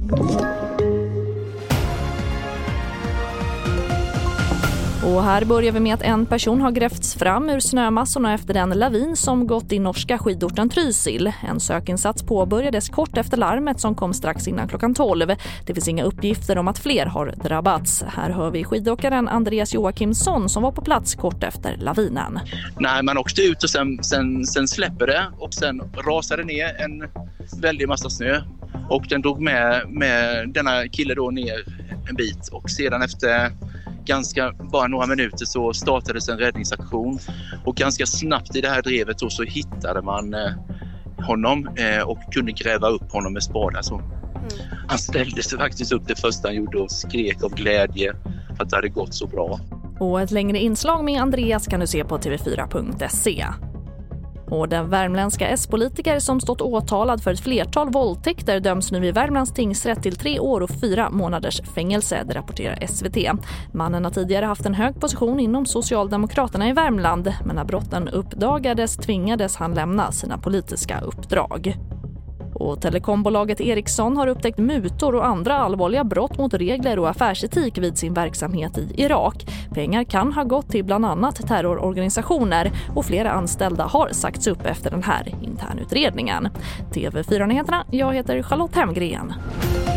Och här börjar vi med att en person har grävts fram ur snömassorna efter den lavin som gått i norska skidorten Trysil. En sökinsats påbörjades kort efter larmet som kom strax innan klockan 12. Det finns inga uppgifter om att fler har drabbats. Här hör vi skidåkaren Andreas Joakimsson som var på plats kort efter lavinen. Nej, man åkte ut och sen släpper det och sen rasade ner en väldig massa snö. Och den drog med denna kille då ner en bit och sedan efter bara några minuter så startades en räddningsaktion och ganska snabbt i det här drevet så hittade man honom och kunde gräva upp honom med spadar. Han ställde sig faktiskt upp det första han gjorde och skrek av glädje för att det hade gått så bra. Och ett längre inslag med Andreas kan du se på tv4.se. Och den värmländska S-politiker som stått åtalad för ett flertal våldtäkter döms nu i Värmlands tingsrätt till 3 år och 4 månaders fängelse, det rapporterar SVT. Mannen har tidigare haft en hög position inom Socialdemokraterna i Värmland, men när brotten uppdagades tvingades han lämna sina politiska uppdrag. Och telekombolaget Ericsson har upptäckt mutor och andra allvarliga brott mot regler och affärsetik vid sin verksamhet i Irak. Pengar kan ha gått till bland annat terrororganisationer och flera anställda har sagts upp efter den här internutredningen. TV4-nyheterna, jag heter Charlotte Hemgren.